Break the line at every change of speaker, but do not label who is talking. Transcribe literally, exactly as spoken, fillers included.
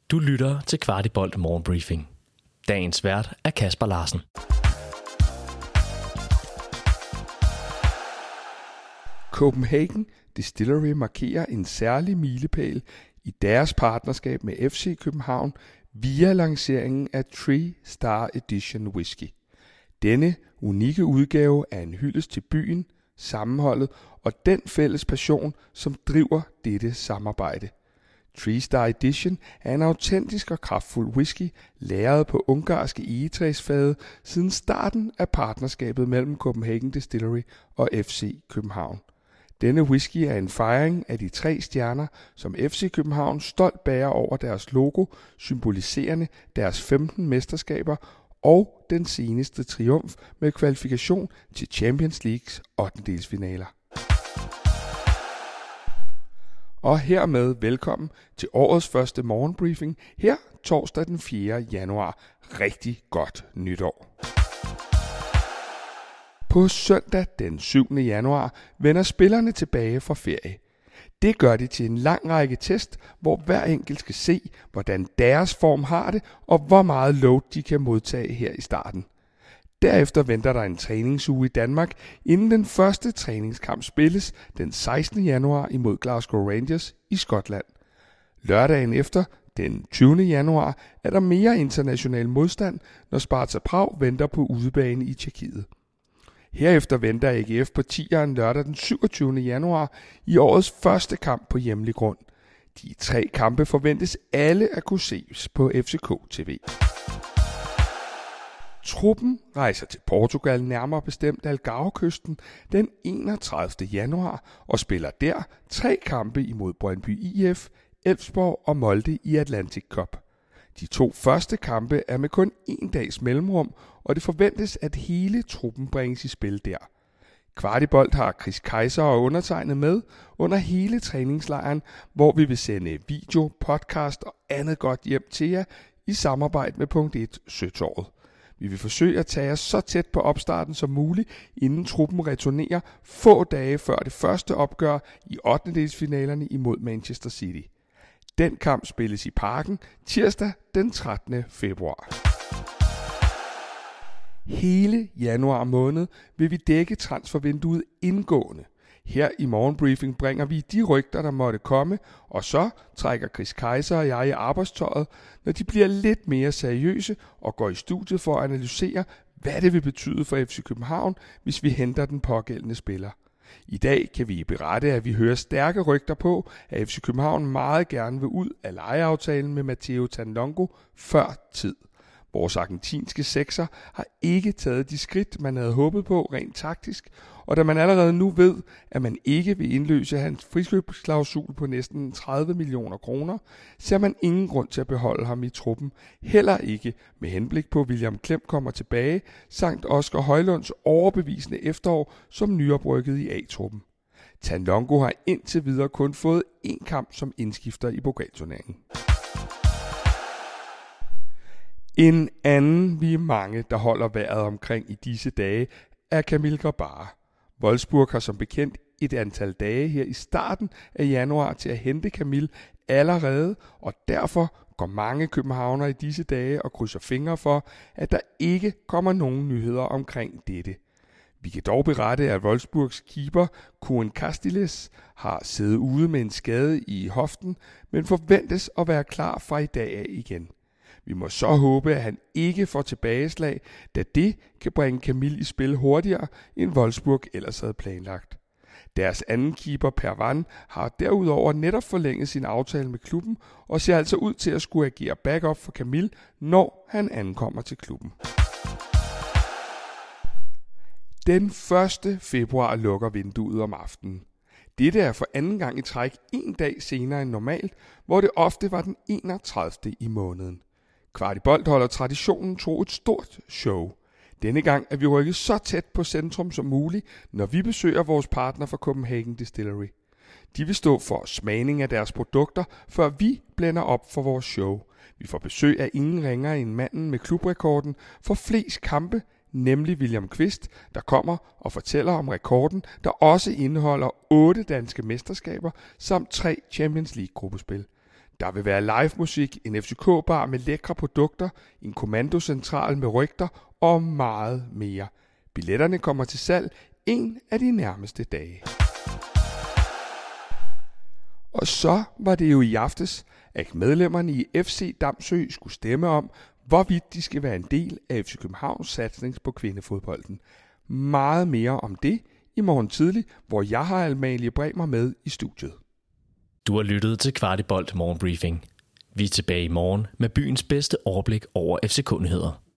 Du lytter til Kvartibolt Morgenbriefing. Dagens vært er Kasper Larsen.
Copenhagen Distillery markerer en særlig milepæl i deres partnerskab med F C København via lanceringen af Three Star Edition Whisky. Denne unikke udgave er en hyldest til byen, sammenholdet og den fælles passion, som driver dette samarbejde. Three Star Edition er en autentisk og kraftfuld whisky, lagret på ungarske egetræsfade siden starten af partnerskabet mellem Copenhagen Distillery og F C København. Denne whisky er en fejring af de tre stjerner, som F C København stolt bærer over deres logo, symboliserende deres femten mesterskaber og den seneste triumf med kvalifikation til Champions Leagues ottendedelsfinaler. Og hermed velkommen til årets første morgenbriefing her torsdag den fjerde januar. Rigtig godt nytår. På søndag den syvende januar vender spillerne tilbage fra ferie. Det gør de til en lang række test, hvor hver enkelt skal se, hvordan deres form har det, og hvor meget load de kan modtage her i starten. Derefter venter der en træningsuge i Danmark, inden den første træningskamp spilles den sekstende januar imod Glasgow Rangers i Skotland. Lørdagen efter, den tyvende januar, er der mere international modstand, når Sparta Prag venter på udebane i Tjekkiet. Herefter venter A G F på tieren lørdag den syvogtyvende januar i årets første kamp på hjemlig grund. De tre kampe forventes alle at kunne ses på F C K T V. Truppen rejser til Portugal, nærmere bestemt Algarve-kysten, den enogtredivte januar og spiller der tre kampe imod Brøndby I F, Elfsborg og Molde i Atlantic Cup. De to første kampe er med kun en dags mellemrum, og det forventes, at hele truppen bringes i spil der. Kvartibolt har Chris Kaiser og undertegnet med under hele træningslejren, hvor vi vil sende video, podcast og andet godt hjem til jer i samarbejde med punkt et Søtorvet. Vi vil forsøge at tage os så tæt på opstarten som muligt, inden truppen returnerer få dage før det første opgør i ottendedelsfinalerne imod Manchester City. Den kamp spilles i Parken tirsdag den trettende februar. Hele januar måned vil vi dække transfervinduet indgående. Her i morgenbriefing bringer vi de rygter, der måtte komme, og så trækker Chris Kaiser og jeg i arbejdstøjet, når de bliver lidt mere seriøse og går i studiet for at analysere, hvad det vil betyde for F C København, hvis vi henter den pågældende spiller. I dag kan vi berette, at vi hører stærke rygter på, at F C København meget gerne vil ud af lejeaftalen med Matteo Tanlongo før tid. Vores argentinske sekser har ikke taget de skridt, man havde håbet på rent taktisk, og da man allerede nu ved, at man ikke vil indløse hans friskøbsklausul på næsten tredive millioner kroner, ser man ingen grund til at beholde ham i truppen, heller ikke med henblik på William Klem kommer tilbage, samt Oscar Højlunds overbevisende efterår som nyoprykket i A-truppen. Tanlongo har indtil videre kun fået én kamp som indskifter i pokalturneringen. En anden, vi er mange, der holder vejret omkring i disse dage, er Kamil Grabara. Wolfsburg har som bekendt et antal dage her i starten af januar til at hente Kamil allerede, og derfor går mange københavnere i disse dage og krydser fingre for, at der ikke kommer nogen nyheder omkring dette. Vi kan dog berette, at Wolfsburgs keeper, Koen Castiles, har siddet ude med en skade i hoften, men forventes at være klar fra i dag af igen. Vi må så håbe, at han ikke får tilbageslag, da det kan bringe Kamil i spil hurtigere, end Wolfsburg ellers havde planlagt. Deres anden keeper, Pervan, har derudover netop forlænget sin aftale med klubben og ser altså ud til at skulle agere backup for Kamil, når han ankommer til klubben. Den første februar lukker vinduet om aftenen. Dette er for anden gang i træk en dag senere end normalt, hvor det ofte var den enogtredivte i måneden. Kvartibolt holder traditionen tro et stort show. Denne gang er vi rykket så tæt på centrum som muligt, når vi besøger vores partner fra Copenhagen Distillery. De vil stå for smagning af deres produkter, før vi blænder op for vores show. Vi får besøg af ingen ringere end manden med klubrekorden for flest kampe, nemlig William Kvist, der kommer og fortæller om rekorden, der også indeholder otte danske mesterskaber samt tre Champions League gruppespil. Der vil være live musik, en F C K-bar med lækre produkter, en kommandocentral med rygter og meget mere. Billetterne kommer til salg en af de nærmeste dage. Og så var det jo i aftes, at medlemmerne i F C Damsø skulle stemme om, hvorvidt de skal være en del af F C Københavns satsning på kvindefodbolden. Meget mere om det i morgen tidlig, hvor jeg har Amalie Bremer med i studiet.
Du har lyttet til Kvartibolt Morgenbriefing. Vi er tilbage i morgen med byens bedste overblik over F C K-nyheder.